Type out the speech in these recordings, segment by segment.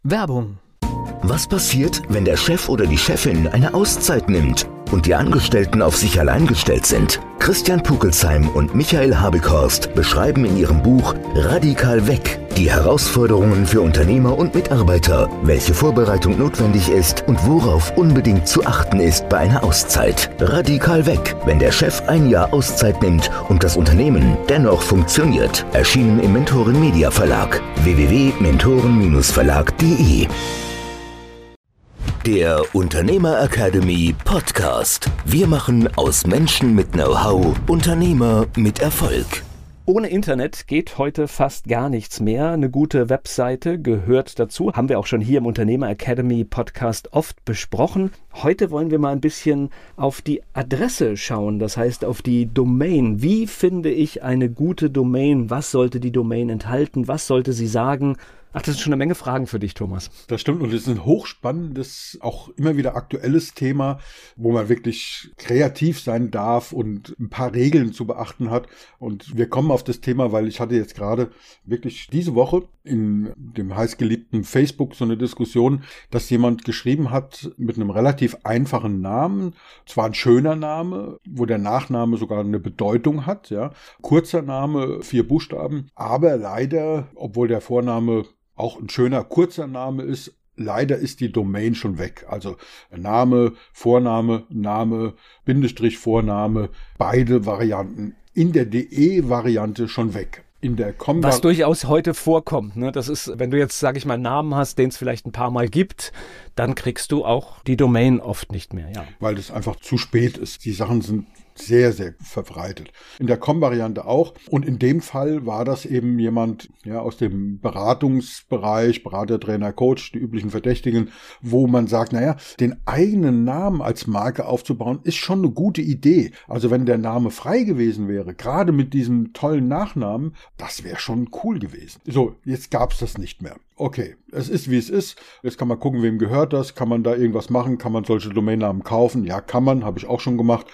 Werbung. Was passiert, wenn der Chef oder die Chefin eine Auszeit nimmt und die Angestellten auf sich allein gestellt sind? Christian Pukelsheim und Michael Habekhorst beschreiben in ihrem Buch Radikal weg die Herausforderungen für Unternehmer und Mitarbeiter, welche Vorbereitung notwendig ist und worauf unbedingt zu achten ist bei einer Auszeit. Radikal weg, wenn der Chef ein Jahr Auszeit nimmt und das Unternehmen dennoch funktioniert. Erschienen im Mentoren Media Verlag. www.mentoren-verlag.de. Der Unternehmer Academy Podcast. Wir machen aus Menschen mit Know-how Unternehmer mit Erfolg. Ohne Internet geht heute fast gar nichts mehr. Eine gute Webseite gehört dazu. Haben wir auch schon hier im Unternehmer Academy Podcast oft besprochen. Heute wollen wir mal ein bisschen auf die Adresse schauen, das heißt auf die Domain. Wie finde ich eine gute Domain? Was sollte die Domain enthalten? Was sollte sie sagen? Ach, das sind schon eine Menge Fragen für dich, Thomas. Das stimmt, und es ist ein hochspannendes, auch immer wieder aktuelles Thema, wo man wirklich kreativ sein darf und ein paar Regeln zu beachten hat. Und wir kommen auf das Thema, weil ich hatte jetzt gerade wirklich diese Woche in dem heißgeliebten Facebook so eine Diskussion, dass jemand geschrieben hat mit einem relativ einfachen Namen, zwar ein schöner Name, wo der Nachname sogar eine Bedeutung hat, ja, kurzer Name, 4 Buchstaben, aber leider, obwohl der Vorname auch ein schöner, kurzer Name ist, leider ist die Domain schon weg. Also Name, Vorname, Name, Bindestrich, Vorname, beide Varianten in der DE-Variante schon weg. In der Was durchaus heute vorkommt, ne? Das ist, wenn du jetzt, sage ich mal, einen Namen hast, den es vielleicht ein paar Mal gibt, dann kriegst du auch die Domain oft nicht mehr. Ja. Weil das einfach zu spät ist. Die Sachen sind sehr, sehr verbreitet. In der Com-Variante auch. Und in dem Fall war das eben jemand aus dem Beratungsbereich, Berater, Trainer, Coach, die üblichen Verdächtigen, wo man sagt, den eigenen Namen als Marke aufzubauen, ist schon eine gute Idee. Also wenn der Name frei gewesen wäre, gerade mit diesem tollen Nachnamen, das wäre schon cool gewesen. So, jetzt gab's das nicht mehr. Okay, es ist wie es ist. Jetzt kann man gucken, wem gehört das. Kann man da irgendwas machen? Kann man solche Domainnamen kaufen? Ja, kann man. Habe ich auch schon gemacht.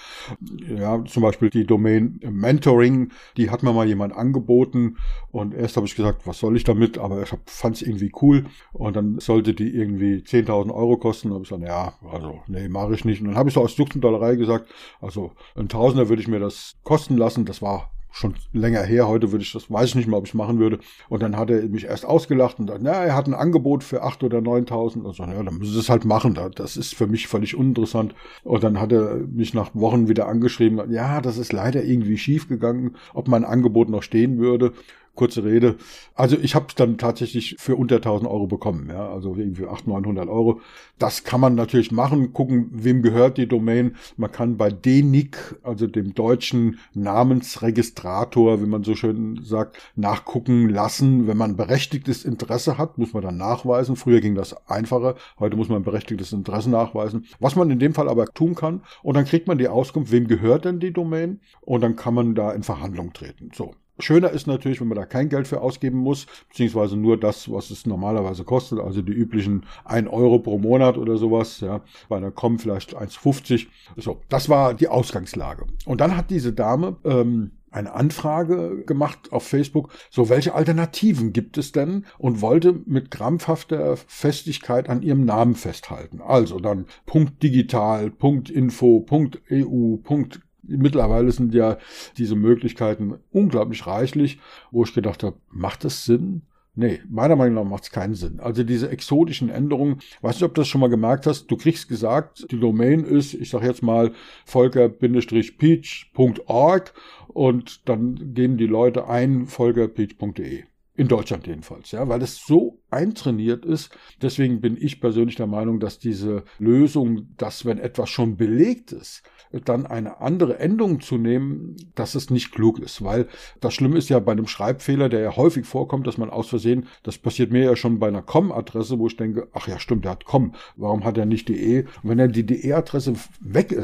Ja, zum Beispiel die Domain Mentoring, die hat mir mal jemand angeboten. Und erst habe ich gesagt, was soll ich damit? Aber ich fand es irgendwie cool. Und dann sollte die irgendwie 10.000 Euro kosten. Da habe ich gesagt, mache ich nicht. Und dann habe ich so aus Dutzendollerei gesagt, also ein Tausender würde ich mir das kosten lassen. Das war schon länger her, heute weiß ich nicht mal, ob ich es machen würde. Und dann hat er mich erst ausgelacht und sagt, er hat ein Angebot für 8.000 oder 9.000. Und so, dann müssen Sie es halt machen. Das ist für mich völlig uninteressant. Und dann hat er mich nach Wochen wieder angeschrieben, das ist leider irgendwie schief gegangen, ob mein Angebot noch stehen würde. Kurze Rede. Also ich habe es dann tatsächlich für unter 1.000 Euro bekommen, also irgendwie 800, 900 Euro. Das kann man natürlich machen, gucken, wem gehört die Domain. Man kann bei DNIC, also dem deutschen Namensregistrator, wie man so schön sagt, nachgucken lassen. Wenn man berechtigtes Interesse hat, muss man dann nachweisen. Früher ging das einfacher, heute muss man berechtigtes Interesse nachweisen. Was man in dem Fall aber tun kann, und dann kriegt man die Auskunft, wem gehört denn die Domain, und dann kann man da in Verhandlung treten. So. Schöner ist natürlich, wenn man da kein Geld für ausgeben muss, beziehungsweise nur das, was es normalerweise kostet, also die üblichen 1 Euro pro Monat oder sowas, bei einer Com vielleicht 1,50. So, das war die Ausgangslage. Und dann hat diese Dame eine Anfrage gemacht auf Facebook, so welche Alternativen gibt es denn, und wollte mit krampfhafter Festigkeit an ihrem Namen festhalten. Also dann .digital, .info, .eu, Mittlerweile sind ja diese Möglichkeiten unglaublich reichlich, wo ich gedacht habe, macht das Sinn? Nee, meiner Meinung nach macht es keinen Sinn. Also diese exotischen Änderungen, weiß nicht, ob du das schon mal gemerkt hast, du kriegst gesagt, die Domain ist, ich sage jetzt mal, volker-peach.org, und dann geben die Leute ein volkerpeach.de. In Deutschland jedenfalls, weil es so eintrainiert ist. Deswegen bin ich persönlich der Meinung, dass diese Lösung, dass wenn etwas schon belegt ist, dann eine andere Endung zu nehmen, dass es nicht klug ist. Weil das Schlimme ist ja bei einem Schreibfehler, der ja häufig vorkommt, dass man aus Versehen, das passiert mir ja schon bei einer Com-Adresse, wo ich denke, ach ja stimmt, der hat Com, warum hat er nicht DE? Und wenn er die DE-Adresse weg ist,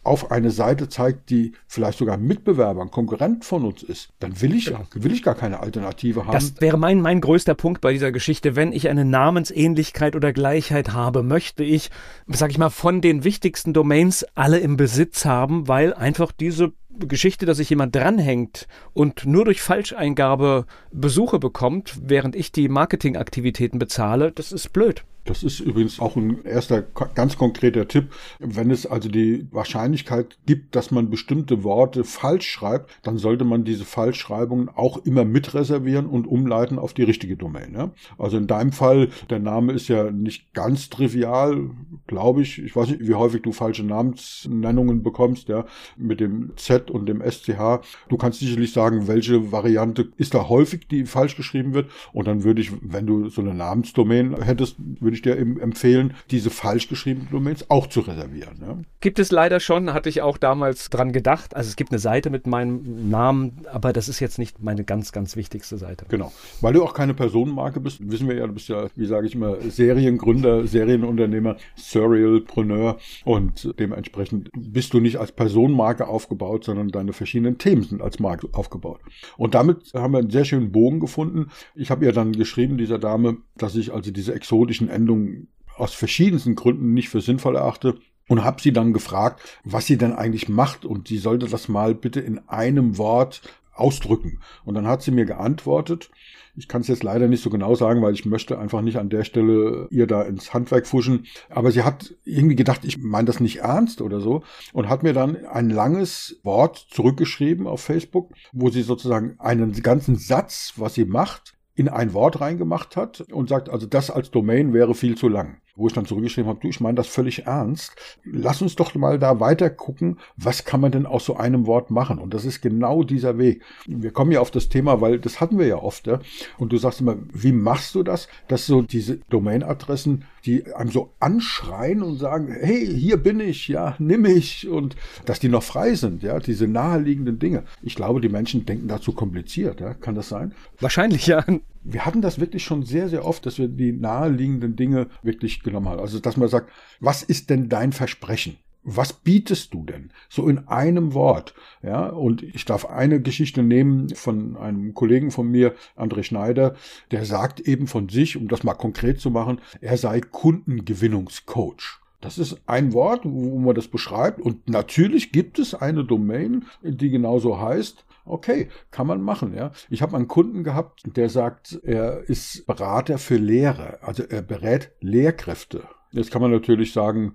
auf eine Seite zeigt, die vielleicht sogar ein Mitbewerber, ein Konkurrent von uns ist, dann will ich gar keine Alternative haben. Das wäre mein größter Punkt bei dieser Geschichte. Wenn ich eine Namensähnlichkeit oder Gleichheit habe, möchte ich, sag ich mal, von den wichtigsten Domains alle im Besitz haben, weil einfach diese Geschichte, dass sich jemand dranhängt und nur durch Falscheingabe Besuche bekommt, während ich die Marketingaktivitäten bezahle, das ist blöd. Das ist übrigens auch ein erster ganz konkreter Tipp. Wenn es also die Wahrscheinlichkeit gibt, dass man bestimmte Worte falsch schreibt, dann sollte man diese Falschschreibungen auch immer mitreservieren und umleiten auf die richtige Domain. Ja? Also in deinem Fall, der Name ist ja nicht ganz trivial, glaube ich. Ich weiß nicht, wie häufig du falsche Namensnennungen bekommst, ja, mit dem Z und dem SCH. Du kannst sicherlich sagen, welche Variante ist da häufig, die falsch geschrieben wird. Und dann würde ich, wenn du so eine Namensdomain hättest, würde ich dir eben empfehlen, diese falsch geschriebenen Domains auch zu reservieren. Ja? Gibt es leider schon, hatte ich auch damals dran gedacht. Also es gibt eine Seite mit meinem Namen, aber das ist jetzt nicht meine ganz, ganz wichtigste Seite. Genau. Weil du auch keine Personenmarke bist, wissen wir ja, du bist ja, wie sage ich immer, Seriengründer, Serienunternehmer, Serialpreneur und dementsprechend bist du nicht als Personenmarke aufgebaut, sondern deine verschiedenen Themen sind als Marke aufgebaut. Und damit haben wir einen sehr schönen Bogen gefunden. Ich habe ihr dann geschrieben, dieser Dame, dass ich also diese exotischen Endungen aus verschiedensten Gründen nicht für sinnvoll erachte und habe sie dann gefragt, was sie denn eigentlich macht und sie sollte das mal bitte in einem Wort ausdrücken. Und dann hat sie mir geantwortet, ich kann es jetzt leider nicht so genau sagen, weil ich möchte einfach nicht an der Stelle ihr da ins Handwerk fuschen, aber sie hat irgendwie gedacht, ich meine das nicht ernst oder so und hat mir dann ein langes Wort zurückgeschrieben auf Facebook, wo sie sozusagen einen ganzen Satz, was sie macht, in ein Wort reingemacht hat und sagt, also das als Domain wäre viel zu lang. Wo ich dann zurückgeschrieben habe, du, ich meine das völlig ernst. Lass uns doch mal da weiter gucken, was kann man denn aus so einem Wort machen? Und das ist genau dieser Weg. Wir kommen ja auf das Thema, weil das hatten wir ja oft. Ja? Und du sagst immer, wie machst du das? Dass so diese Domainadressen, die einem so anschreien und sagen, hey, hier bin ich, ja, nimm mich. Und dass die noch frei sind, ja, diese naheliegenden Dinge. Ich glaube, die Menschen denken dazu kompliziert. Ja? Kann das sein? Wahrscheinlich, ja. Wir hatten das wirklich schon sehr, sehr oft, dass wir die naheliegenden Dinge wirklich genommen haben. Also, dass man sagt, was ist denn dein Versprechen? Was bietest du denn? So in einem Wort. Ja, und ich darf eine Geschichte nehmen von einem Kollegen von mir, André Schneider, der sagt eben von sich, um das mal konkret zu machen, er sei Kundengewinnungscoach. Das ist ein Wort, wo man das beschreibt. Und natürlich gibt es eine Domain, die genauso heißt. Okay, kann man machen, ja. Ich habe einen Kunden gehabt, der sagt, er ist Berater für Lehrer, also er berät Lehrkräfte. Jetzt kann man natürlich sagen,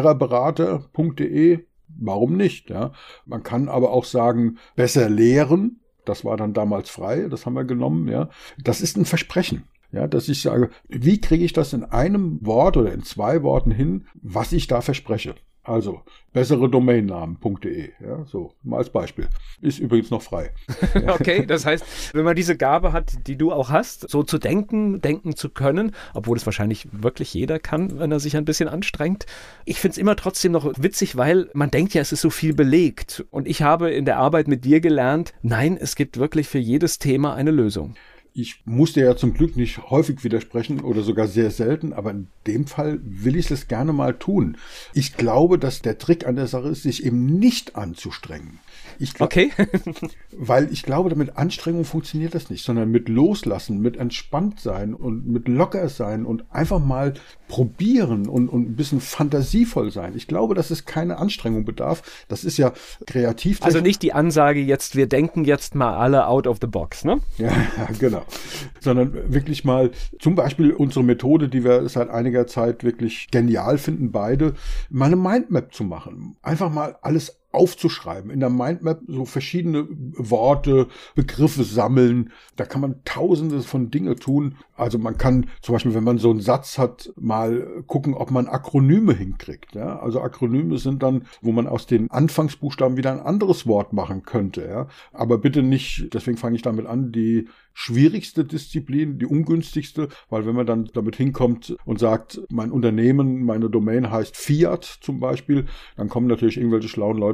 lehrerberater.de, warum nicht, ja. Man kann aber auch sagen, besser lehren, das war dann damals frei, das haben wir genommen, ja. Das ist ein Versprechen. Ja, dass ich sage, wie kriege ich das in einem Wort oder in 2 Worten hin, was ich da verspreche? Also, bessere Domainnamen.de, ja, so, mal als Beispiel. Ist übrigens noch frei. Okay, das heißt, wenn man diese Gabe hat, die du auch hast, so zu denken zu können, obwohl es wahrscheinlich wirklich jeder kann, wenn er sich ein bisschen anstrengt. Ich finde es immer trotzdem noch witzig, weil man denkt ja, es ist so viel belegt. Und ich habe in der Arbeit mit dir gelernt, nein, es gibt wirklich für jedes Thema eine Lösung. Ich muss dir ja zum Glück nicht häufig widersprechen oder sogar sehr selten, aber in dem Fall will ich es gerne mal tun. Ich glaube, dass der Trick an der Sache ist, sich eben nicht anzustrengen. Okay. Weil ich glaube, mit Anstrengung funktioniert das nicht, sondern mit Loslassen, mit entspannt sein und mit locker sein und einfach mal probieren und ein bisschen fantasievoll sein. Ich glaube, dass es keine Anstrengung bedarf. Das ist ja kreativ. Also nicht die Ansage jetzt, wir denken jetzt mal alle out of the box, ne? Ja, genau. Sondern wirklich mal, zum Beispiel unsere Methode, die wir seit einiger Zeit wirklich genial finden, beide, mal eine Mindmap zu machen. Einfach mal alles aufzuschreiben. In der Mindmap so verschiedene Worte, Begriffe sammeln. Da kann man tausende von Dingen tun. Also man kann zum Beispiel, wenn man so einen Satz hat, mal gucken, ob man Akronyme hinkriegt. Ja? Also Akronyme sind dann, wo man aus den Anfangsbuchstaben wieder ein anderes Wort machen könnte. Ja? Aber bitte nicht, deswegen fange ich damit an, die schwierigste Disziplin, die ungünstigste, weil wenn man dann damit hinkommt und sagt, mein Unternehmen, meine Domain heißt Fiat zum Beispiel, dann kommen natürlich irgendwelche schlauen Leute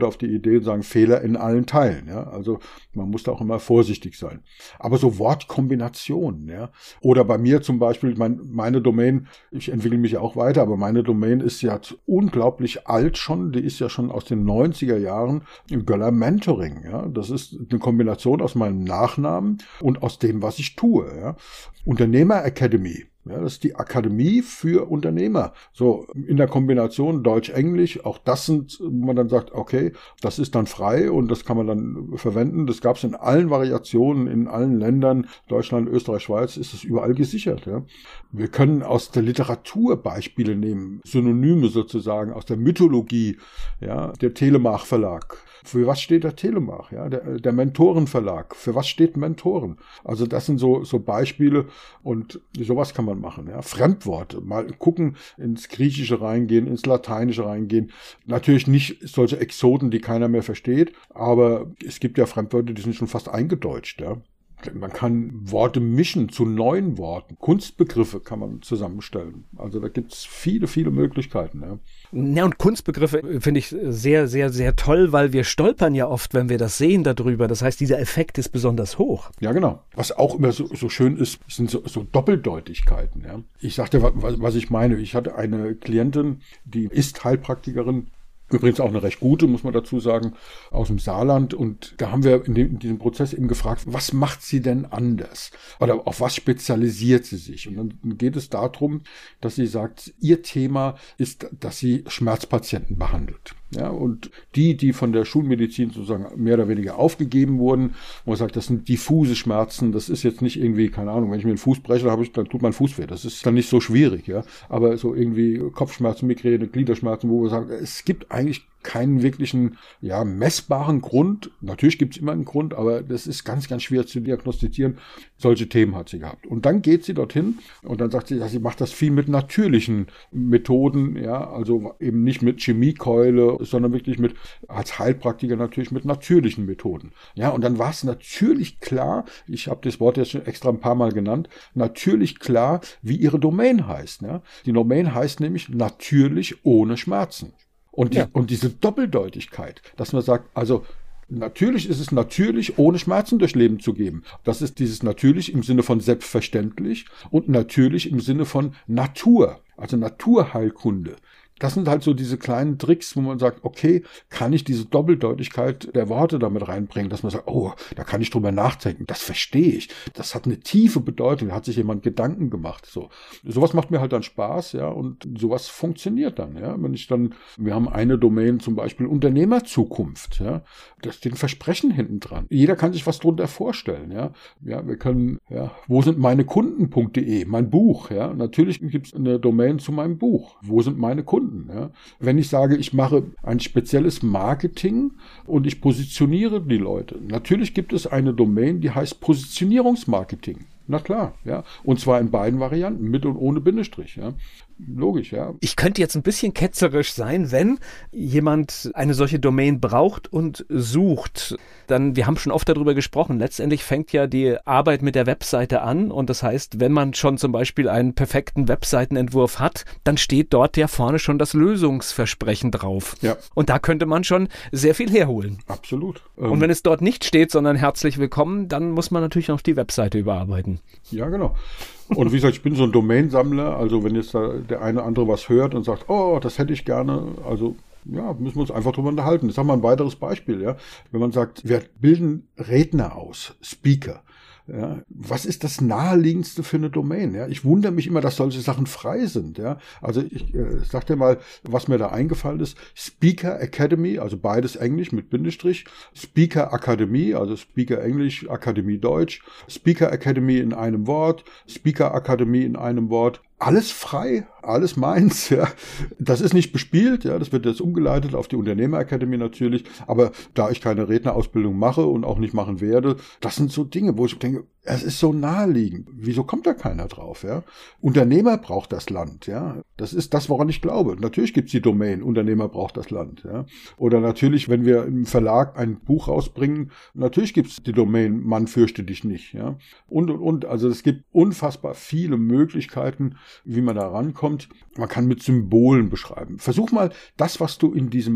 auf die Idee und sagen Fehler in allen Teilen. Ja? Also man muss da auch immer vorsichtig sein. Aber so Wortkombinationen, ja, oder bei mir zum Beispiel, meine Domain, ich entwickle mich ja auch weiter, aber meine Domain ist ja unglaublich alt schon, die ist ja schon aus den 90er Jahren im Göller Mentoring. Ja? Das ist eine Kombination aus meinem Nachnamen und aus dem, was ich tue. Ja? Unternehmer Academy. Ja, das ist die Akademie für Unternehmer. So, in der Kombination Deutsch-Englisch, auch das sind, wo man dann sagt, okay, das ist dann frei und das kann man dann verwenden. Das gab es in allen Variationen, in allen Ländern, Deutschland, Österreich, Schweiz, ist es überall gesichert. Ja. Wir können aus der Literatur Beispiele nehmen, Synonyme sozusagen, aus der Mythologie, ja, der Telemach Verlag. Für was steht der Telemach? Ja, der Mentorenverlag. Für was steht Mentoren? Also das sind so Beispiele und sowas kann man machen. Ja. Fremdworte, mal gucken, ins Griechische reingehen, ins Lateinische reingehen. Natürlich nicht solche Exoten, die keiner mehr versteht, aber es gibt ja Fremdwörter, die sind schon fast eingedeutscht. Ja. Man kann Worte mischen zu neuen Worten. Kunstbegriffe kann man zusammenstellen. Also da gibt es viele, viele Möglichkeiten. Ja. Ja, und Kunstbegriffe finde ich sehr, sehr, sehr toll, weil wir stolpern ja oft, wenn wir das sehen darüber. Das heißt, dieser Effekt ist besonders hoch. Ja, genau. Was auch immer so schön ist, sind so Doppeldeutigkeiten. Ja. Ich sagte, was ich meine. Ich hatte eine Klientin, die ist Heilpraktikerin. Übrigens auch eine recht gute, muss man dazu sagen, aus dem Saarland. Und da haben wir in diesem Prozess eben gefragt, was macht sie denn anders? Oder auf was spezialisiert sie sich? Und dann geht es darum, dass sie sagt, ihr Thema ist, dass sie Schmerzpatienten behandelt. Ja, und die von der Schulmedizin sozusagen mehr oder weniger aufgegeben wurden, wo man sagt, das sind diffuse Schmerzen, das ist jetzt nicht irgendwie, keine Ahnung, wenn ich mir den Fuß breche, dann tut mein Fuß weh. Das ist dann nicht so schwierig, ja. Aber so irgendwie Kopfschmerzen, Migräne, Gliederschmerzen, wo wir sagen, es gibt eigentlich keinen wirklichen, ja, messbaren Grund. Natürlich gibt es immer einen Grund, aber das ist ganz, ganz schwer zu diagnostizieren. Solche Themen hat sie gehabt. Und dann geht sie dorthin und dann sagt sie, ja, sie macht das viel mit natürlichen Methoden, ja, also eben nicht mit Chemiekeule, sondern wirklich als Heilpraktiker natürlich mit natürlichen Methoden. Ja, und dann war es natürlich klar, ich habe das Wort jetzt schon extra ein paar Mal genannt, natürlich klar, wie ihre Domain heißt. Ja. Die Domain heißt nämlich natürlich ohne Schmerzen. Und diese Doppeldeutigkeit, dass man sagt, also natürlich ist es natürlich, ohne Schmerzen durchs Leben zu gehen. Das ist dieses natürlich im Sinne von selbstverständlich und natürlich im Sinne von Natur, also Naturheilkunde. Das sind halt so diese kleinen Tricks, wo man sagt, okay, kann ich diese Doppeldeutigkeit der Worte damit reinbringen, dass man sagt, oh, da kann ich drüber nachdenken, das verstehe ich, das hat eine tiefe Bedeutung, da hat sich jemand Gedanken gemacht, so. Sowas macht mir halt dann Spaß, ja, und sowas funktioniert dann, ja, wir haben eine Domain, zum Beispiel Unternehmerzukunft, ja, da steht ein Versprechen hinten dran. Jeder kann sich was drunter vorstellen, ja, wir können, ja, wo sind meine Kunden.de, mein Buch, ja, natürlich gibt es eine Domain zu meinem Buch, wo sind meine Kunden? Ja. Wenn ich sage, ich mache ein spezielles Marketing und ich positioniere die Leute, natürlich gibt es eine Domain, die heißt Positionierungsmarketing. Na klar, ja. Und zwar in beiden Varianten, mit und ohne Bindestrich, ja. Logisch, ja. Ich könnte jetzt ein bisschen ketzerisch sein, wenn jemand eine solche Domain braucht und sucht. Dann, wir haben schon oft darüber gesprochen, letztendlich fängt ja die Arbeit mit der Webseite an und das heißt, wenn man schon zum Beispiel einen perfekten Webseitenentwurf hat, dann steht dort ja vorne schon das Lösungsversprechen drauf. Ja. Und da könnte man schon sehr viel herholen. Absolut. Und wenn es dort nicht steht, sondern herzlich willkommen, dann muss man natürlich noch die Webseite überarbeiten. Ja, genau. Und wie gesagt, ich bin so ein Domainsammler, also wenn jetzt da der eine oder andere was hört und sagt, oh, das hätte ich gerne, also ja, müssen wir uns einfach drüber unterhalten. Ich sage mal ein weiteres Beispiel, ja. Wenn man sagt, wir bilden Redner aus, Speaker. Ja, was ist das naheliegendste für eine Domain? Ja, ich wundere mich immer, dass solche Sachen frei sind. Ja, also ich sag dir mal, was mir da eingefallen ist. Speaker Academy, also beides Englisch mit Bindestrich. Speaker Akademie, also Speaker Englisch, Akademie Deutsch. Speaker Academy in einem Wort. Speaker Akademie in einem Wort. Alles frei, alles meins, ja. Das ist nicht bespielt, ja. Das wird jetzt umgeleitet auf die Unternehmerakademie natürlich. Aber da ich keine Rednerausbildung mache und auch nicht machen werde, das sind so Dinge, wo ich denke, es ist so naheliegend. Wieso kommt da keiner drauf, ja? Unternehmer braucht das Land, ja. Das ist das, woran ich glaube. Natürlich gibt's die Domain, Unternehmer braucht das Land, ja. Oder natürlich, wenn wir im Verlag ein Buch rausbringen, natürlich gibt's die Domain, Mann fürchte dich nicht, ja. Und. Also es gibt unfassbar viele Möglichkeiten, wie man da rankommt. Man kann mit Symbolen beschreiben. Versuch mal, das, was du in diesem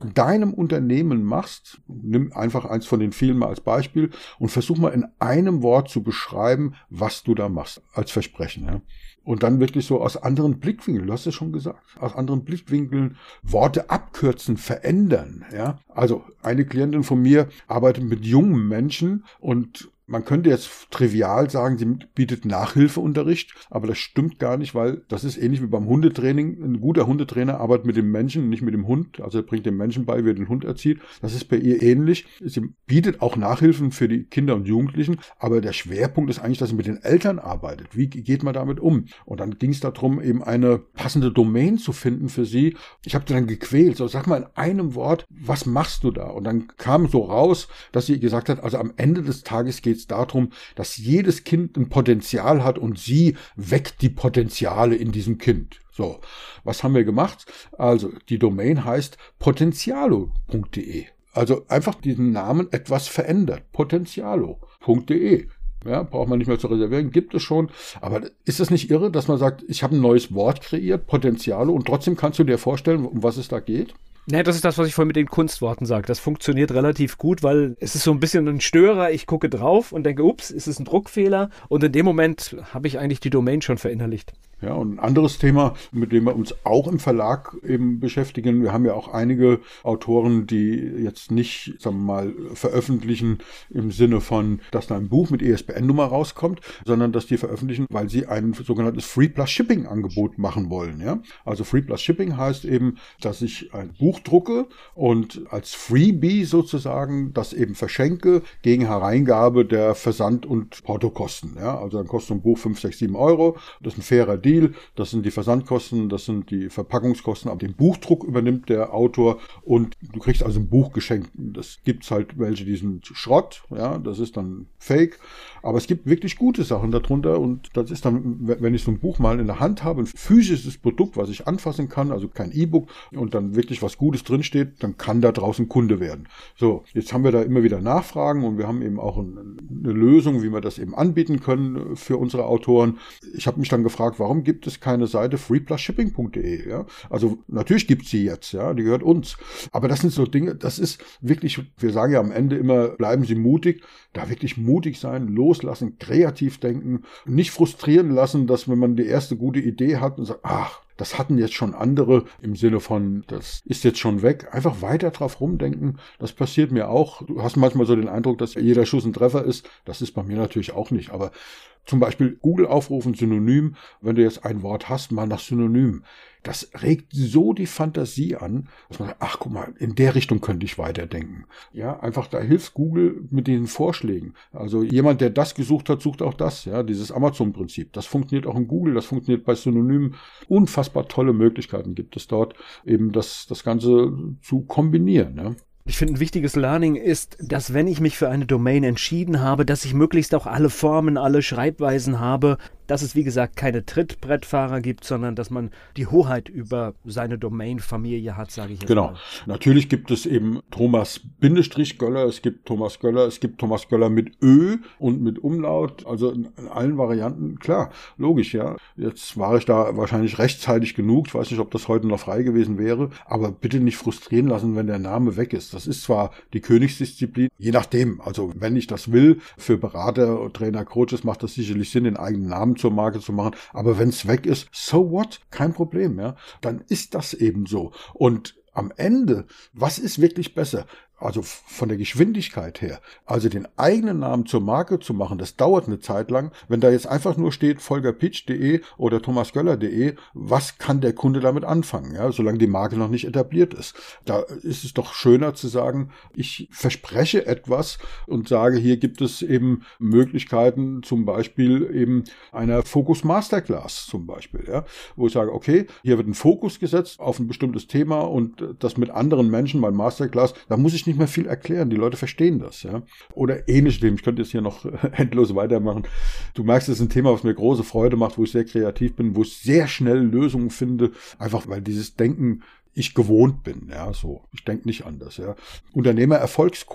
in deinem Unternehmen machst, nimm einfach eins von den vielen mal als Beispiel und versuch mal in einem Wort zu beschreiben, was du da machst, als Versprechen. Ja. Und dann wirklich so aus anderen Blickwinkeln, du hast es schon gesagt, aus anderen Blickwinkeln Worte abkürzen, verändern. Ja. Also eine Klientin von mir arbeitet mit jungen Menschen und man könnte jetzt trivial sagen, sie bietet Nachhilfeunterricht, aber das stimmt gar nicht, weil das ist ähnlich wie beim Hundetraining. Ein guter Hundetrainer arbeitet mit dem Menschen, nicht mit dem Hund. Also er bringt dem Menschen bei, wie er den Hund erzieht. Das ist bei ihr ähnlich. Sie bietet auch Nachhilfen für die Kinder und Jugendlichen, aber der Schwerpunkt ist eigentlich, dass sie mit den Eltern arbeitet. Wie geht man damit um? Und dann ging es darum, eben eine passende Domain zu finden für sie. Ich habe sie dann gequält. So, sag mal in einem Wort, was machst du da? Und dann kam so raus, dass sie gesagt hat, also am Ende des Tages geht es darum, dass jedes Kind ein Potenzial hat und sie weckt die Potenziale in diesem Kind. So, was haben wir gemacht? Also, die Domain heißt potenzialo.de. Also einfach diesen Namen etwas verändert. Potenzialo.de. Ja, braucht man nicht mehr zu reservieren, gibt es schon. Aber ist es nicht irre, dass man sagt, ich habe ein neues Wort kreiert, Potenzialo, und trotzdem kannst du dir vorstellen, um was es da geht? Ja, das ist das, was ich vorhin mit den Kunstworten sage. Das funktioniert relativ gut, weil es ist so ein bisschen ein Störer. Ich gucke drauf und denke, ups, ist es ein Druckfehler? Und in dem Moment habe ich eigentlich die Domain schon verinnerlicht. Ja, und ein anderes Thema, mit dem wir uns auch im Verlag eben beschäftigen. Wir haben ja auch einige Autoren, die jetzt nicht, sagen wir mal, veröffentlichen im Sinne von, dass da ein Buch mit ISBN-Nummer rauskommt, sondern dass die veröffentlichen, weil sie ein sogenanntes Free-Plus-Shipping-Angebot machen wollen. Ja? Also Free-Plus-Shipping heißt eben, dass ich ein Buch drucke und als Freebie sozusagen das eben verschenke gegen Hereingabe der Versand- und Portokosten. Ja? Also dann kostet ein Buch 5, 6, 7 Euro. Das ist ein fairer Deal. Das sind die Versandkosten, das sind die Verpackungskosten, aber den Buchdruck übernimmt der Autor und du kriegst also ein Buch geschenkt. Das gibt's halt welche, die sind Schrott, ja, das ist dann Fake, aber es gibt wirklich gute Sachen darunter und das ist dann, wenn ich so ein Buch mal in der Hand habe, ein physisches Produkt, was ich anfassen kann, also kein E-Book und dann wirklich was Gutes drinsteht, dann kann da draußen Kunde werden. So, jetzt haben wir da immer wieder Nachfragen und wir haben eben auch eine Lösung, wie wir das eben anbieten können für unsere Autoren. Ich habe mich dann gefragt, warum gibt es keine Seite freeplusshipping.de? Ja? Also natürlich gibt es sie jetzt, ja, die gehört uns. Aber das sind so Dinge, das ist wirklich, wir sagen ja am Ende immer, bleiben Sie mutig, da wirklich mutig sein, loslassen, kreativ denken, nicht frustrieren lassen, dass wenn man die erste gute Idee hat und sagt, ach, das hatten jetzt schon andere im Sinne von, das ist jetzt schon weg. Einfach weiter drauf rumdenken. Das passiert mir auch. Du hast manchmal so den Eindruck, dass jeder Schuss ein Treffer ist. Das ist bei mir natürlich auch nicht. Aber zum Beispiel Google aufrufen, Synonym. Wenn du jetzt ein Wort hast, mal nach Synonym. Das regt so die Fantasie an, dass man sagt, ach guck mal, in der Richtung könnte ich weiterdenken. Ja, einfach da hilft Google mit den Vorschlägen. Also jemand, der das gesucht hat, sucht auch das. Ja, dieses Amazon-Prinzip. Das funktioniert auch in Google, das funktioniert bei Synonymen. Unfassbar tolle Möglichkeiten gibt es dort, eben das Ganze zu kombinieren. Ja. Ich finde, ein wichtiges Learning ist, dass wenn ich mich für eine Domain entschieden habe, dass ich möglichst auch alle Formen, alle Schreibweisen habe, dass es, wie gesagt, keine Trittbrettfahrer gibt, sondern dass man die Hoheit über seine Domain-Familie hat, sage ich jetzt genau. mal. Natürlich gibt es eben Thomas-Göller, es gibt Thomas Göller, es gibt Thomas Göller mit Ö und mit Umlaut, also in allen Varianten, klar, logisch, ja. Jetzt war ich da wahrscheinlich rechtzeitig genug, ich weiß nicht, ob das heute noch frei gewesen wäre, aber bitte nicht frustrieren lassen, wenn der Name weg ist. Das ist zwar die Königsdisziplin, je nachdem, also wenn ich das will, für Berater, Trainer, Coaches macht das sicherlich Sinn, den eigenen Namen zur Marke zu machen, aber wenn es weg ist, so what? Kein Problem, ja. Dann ist das eben so. Und am Ende, was ist wirklich besser? Also von der Geschwindigkeit her, also den eigenen Namen zur Marke zu machen, das dauert eine Zeit lang. Wenn da jetzt einfach nur steht volkerpitsch.de oder thomasgöller.de, was kann der Kunde damit anfangen, ja, solange die Marke noch nicht etabliert ist? Da ist es doch schöner zu sagen, ich verspreche etwas und sage, hier gibt es eben Möglichkeiten, zum Beispiel eben einer Fokus Masterclass zum Beispiel, ja, wo ich sage, okay, hier wird ein Fokus gesetzt auf ein bestimmtes Thema und das mit anderen Menschen bei Masterclass, da muss ich nicht mehr viel erklären, die Leute verstehen das, ja. Oder ähnlich dem, ich könnte jetzt hier noch endlos weitermachen. Du merkst, es ist ein Thema, was mir große Freude macht, wo ich sehr kreativ bin, wo ich sehr schnell Lösungen finde, einfach weil dieses Denken ich gewohnt bin, ja, so. Ich denke nicht anders, ja. Unternehmer-Erfolgscode.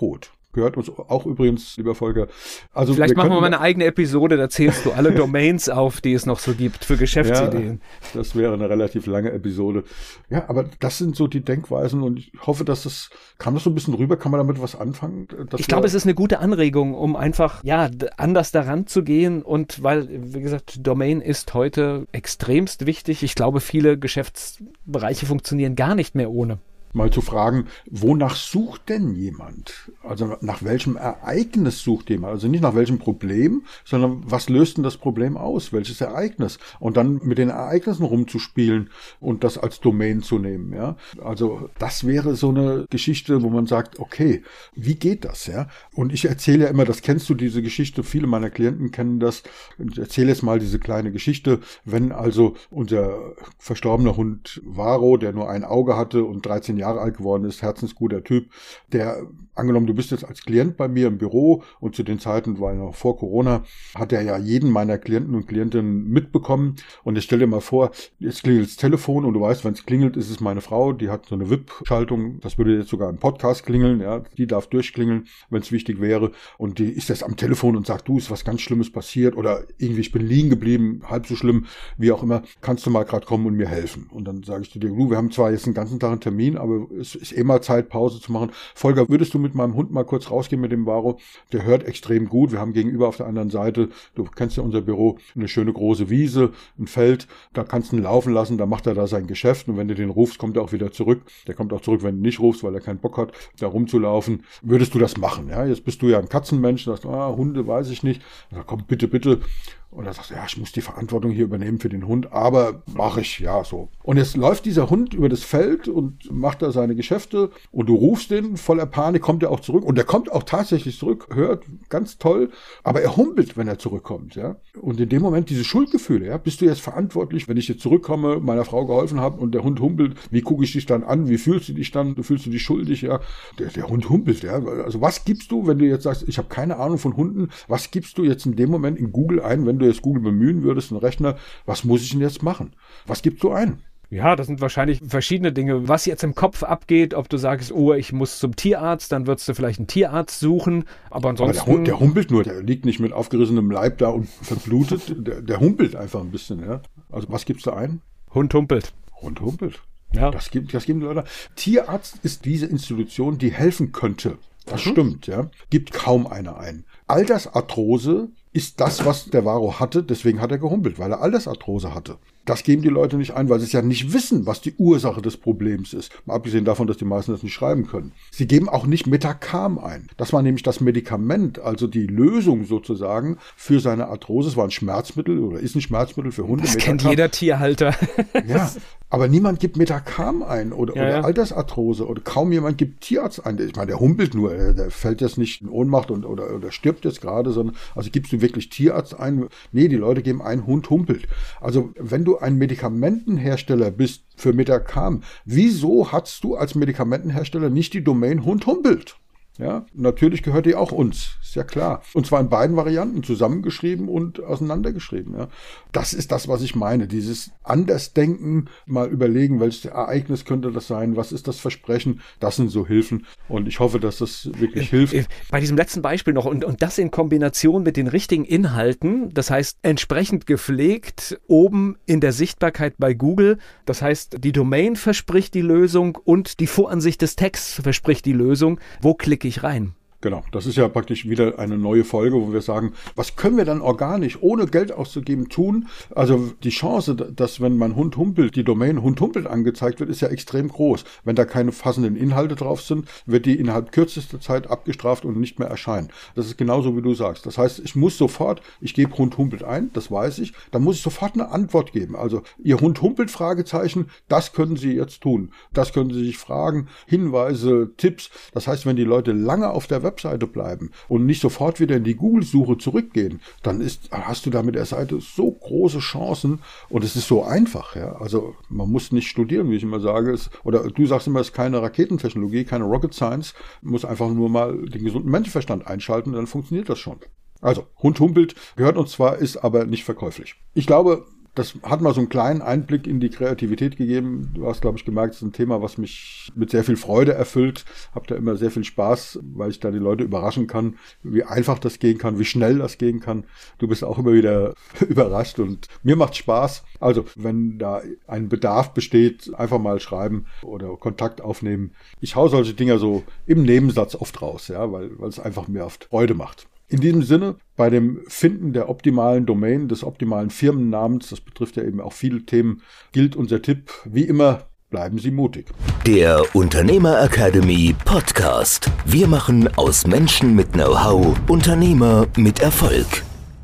gehört uns auch übrigens, lieber Volker. Also vielleicht machen wir mal eine eigene Episode, da zählst du alle Domains auf, die es noch so gibt für Geschäftsideen. Ja, das wäre eine relativ lange Episode. Ja, aber das sind so die Denkweisen und ich hoffe, dass das, kam das so ein bisschen rüber, kann man damit was anfangen? Ich glaube, es ist eine gute Anregung, um einfach, anders daran zu gehen und weil, wie gesagt, Domain ist heute extremst wichtig. Ich glaube, viele Geschäftsbereiche funktionieren gar nicht mehr ohne. Mal zu fragen, wonach sucht denn jemand? Also nach welchem Ereignis sucht jemand? Also nicht nach welchem Problem, sondern was löst denn das Problem aus? Welches Ereignis? Und dann mit den Ereignissen rumzuspielen und das als Domain zu nehmen. Ja? Also das wäre so eine Geschichte, wo man sagt, okay, wie geht das? Ja? Und ich erzähle ja immer, das kennst du, diese Geschichte, viele meiner Klienten kennen das. Ich erzähle jetzt mal diese kleine Geschichte, wenn also unser verstorbener Hund Varo, der nur ein Auge hatte und 13 Jahre alt geworden ist, herzensguter Typ, der, angenommen, du bist jetzt als Klient bei mir im Büro und zu den Zeiten, war noch vor Corona, hat er ja jeden meiner Klienten und Klientinnen mitbekommen und ich stell dir mal vor, jetzt klingelt das Telefon und du weißt, wenn es klingelt, ist es meine Frau, die hat so eine VIP-Schaltung, das würde jetzt sogar im Podcast klingeln, ja, die darf durchklingeln, wenn es wichtig wäre und die ist jetzt am Telefon und sagt, du, ist was ganz Schlimmes passiert oder irgendwie, ich bin liegen geblieben, halb so schlimm, wie auch immer, kannst du mal gerade kommen und mir helfen? Und dann sage ich zu dir, du, wir haben zwar jetzt den ganzen Tag einen Termin, aber es ist mal Zeit, Pause zu machen. Volker, würdest du mit meinem Hund mal kurz rausgehen mit dem Varo? Der hört extrem gut. Wir haben gegenüber auf der anderen Seite, du kennst ja unser Büro, eine schöne große Wiese, ein Feld. Da kannst du ihn laufen lassen, da macht er da sein Geschäft. Und wenn du den rufst, kommt er auch wieder zurück. Der kommt auch zurück, wenn du nicht rufst, weil er keinen Bock hat, da rumzulaufen. Würdest du das machen? Ja, jetzt bist du ja ein Katzenmensch. Du sagst, Hunde weiß ich nicht. Sag, komm, bitte, bitte. Und er sagt, ja, ich muss die Verantwortung hier übernehmen für den Hund, aber mache ich, ja, so. Und jetzt läuft dieser Hund über das Feld und macht da seine Geschäfte und du rufst den, voller Panik kommt er auch zurück und der kommt auch tatsächlich zurück, hört, ganz toll, aber er humpelt, wenn er zurückkommt, ja. Und in dem Moment diese Schuldgefühle, ja, bist du jetzt verantwortlich, wenn ich jetzt zurückkomme, meiner Frau geholfen habe und der Hund humpelt, wie gucke ich dich dann an, wie fühlst du dich dann, fühlst du dich schuldig, ja. Der Hund humpelt, ja. Also was gibst du, wenn du jetzt sagst, ich habe keine Ahnung von Hunden, was gibst du jetzt in dem Moment in Google ein, wenn du jetzt Google bemühen würdest, einen Rechner, was muss ich denn jetzt machen? Was gibst du ein? Ja, das sind wahrscheinlich verschiedene Dinge. Was jetzt im Kopf abgeht, ob du sagst, oh, ich muss zum Tierarzt, dann würdest du vielleicht einen Tierarzt suchen. Aber ansonsten... Aber der humpelt nur, der liegt nicht mit aufgerissenem Leib da und verblutet. Der humpelt einfach ein bisschen, ja. Also was gibst du ein? Hund humpelt. Hund humpelt. Ja. Das geben die Leute. Tierarzt ist diese Institution, die helfen könnte. Das stimmt, ja. Gibt kaum einer ein. Altersarthrose ist das, was der Varo hatte, deswegen hat er gehumpelt, weil er Altersarthrose hatte. Das geben die Leute nicht ein, weil sie es ja nicht wissen, was die Ursache des Problems ist. Mal abgesehen davon, dass die meisten das nicht schreiben können. Sie geben auch nicht Metacam ein. Das war nämlich das Medikament, also die Lösung sozusagen für seine Arthrose. Es war ein Schmerzmittel oder ist ein Schmerzmittel für Hunde. Das kennt jeder Tierhalter. Ja, aber niemand gibt Metacam ein oder Altersarthrose oder kaum jemand gibt Tierarzt ein. Ich meine, der humpelt nur, der fällt jetzt nicht in Ohnmacht oder stirbt jetzt gerade, sondern also gibst du wirklich Tierarzt ein? Nee, die Leute geben ein, Hund humpelt. Also wenn du ein Medikamentenhersteller bist für Metacam, wieso hast du als Medikamentenhersteller nicht die Domain Hund humpelt? Ja, natürlich gehört die auch uns, ist ja klar. Und zwar in beiden Varianten, zusammengeschrieben und auseinandergeschrieben. Ja. Das ist das, was ich meine. Dieses Andersdenken, mal überlegen, welches Ereignis könnte das sein, was ist das Versprechen, das sind so Hilfen. Und ich hoffe, dass das wirklich hilft. Bei diesem letzten Beispiel noch und das in Kombination mit den richtigen Inhalten, das heißt entsprechend gepflegt, oben in der Sichtbarkeit bei Google, das heißt die Domain verspricht die Lösung und die Voransicht des Texts verspricht die Lösung. Wo klicke ich rein? Genau, das ist ja praktisch wieder eine neue Folge, wo wir sagen, was können wir dann organisch, ohne Geld auszugeben, tun? Also die Chance, dass wenn mein Hund humpelt, die Domain Hund humpelt angezeigt wird, ist ja extrem groß. Wenn da keine fassenden Inhalte drauf sind, wird die innerhalb kürzester Zeit abgestraft und nicht mehr erscheinen. Das ist genauso, wie du sagst. Das heißt, ich gebe Hund humpelt ein, das weiß ich, dann muss ich sofort eine Antwort geben. Also Ihr Hund humpelt, Fragezeichen, das können Sie jetzt tun. Das können Sie sich fragen, Hinweise, Tipps. Das heißt, wenn die Leute lange auf der Webseite bleiben und nicht sofort wieder in die Google-Suche zurückgehen, dann hast du da mit der Seite so große Chancen und es ist so einfach. Ja? Also man muss nicht studieren, wie ich immer sage. Oder du sagst immer, es ist keine Raketentechnologie, keine Rocket Science. Man muss einfach nur mal den gesunden Menschenverstand einschalten, dann funktioniert das schon. Also Hund humpelt, gehört uns zwar, ist aber nicht verkäuflich. Ich glaube, Das hat mal so einen kleinen Einblick in die Kreativität gegeben. Du hast, glaube ich, gemerkt, es ist ein Thema, was mich mit sehr viel Freude erfüllt. Hab da immer sehr viel Spaß, weil ich da die Leute überraschen kann, wie einfach das gehen kann, wie schnell das gehen kann. Du bist auch immer wieder überrascht und mir macht Spaß. Also, wenn da ein Bedarf besteht, einfach mal schreiben oder Kontakt aufnehmen. Ich hau solche Dinger so im Nebensatz oft raus, ja, weil es einfach mir oft Freude macht. In diesem Sinne, bei dem Finden der optimalen Domain, des optimalen Firmennamens, das betrifft ja eben auch viele Themen, gilt unser Tipp, wie immer, bleiben Sie mutig. Der Unternehmer Academy Podcast. Wir machen aus Menschen mit Know-how Unternehmer mit Erfolg.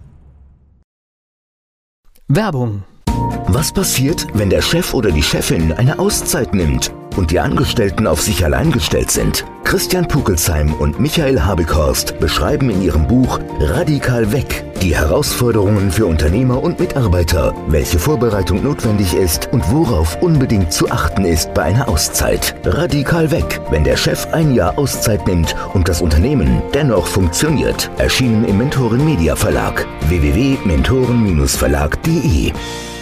Werbung. Was passiert, wenn der Chef oder die Chefin eine Auszeit nimmt und die Angestellten auf sich allein gestellt sind? Christian Pukelsheim und Michael Habekhorst beschreiben in ihrem Buch Radikal weg die Herausforderungen für Unternehmer und Mitarbeiter, welche Vorbereitung notwendig ist und worauf unbedingt zu achten ist bei einer Auszeit. Radikal weg, wenn der Chef ein Jahr Auszeit nimmt und das Unternehmen dennoch funktioniert. Erschienen im Mentoren Media Verlag. www.mentoren-verlag.de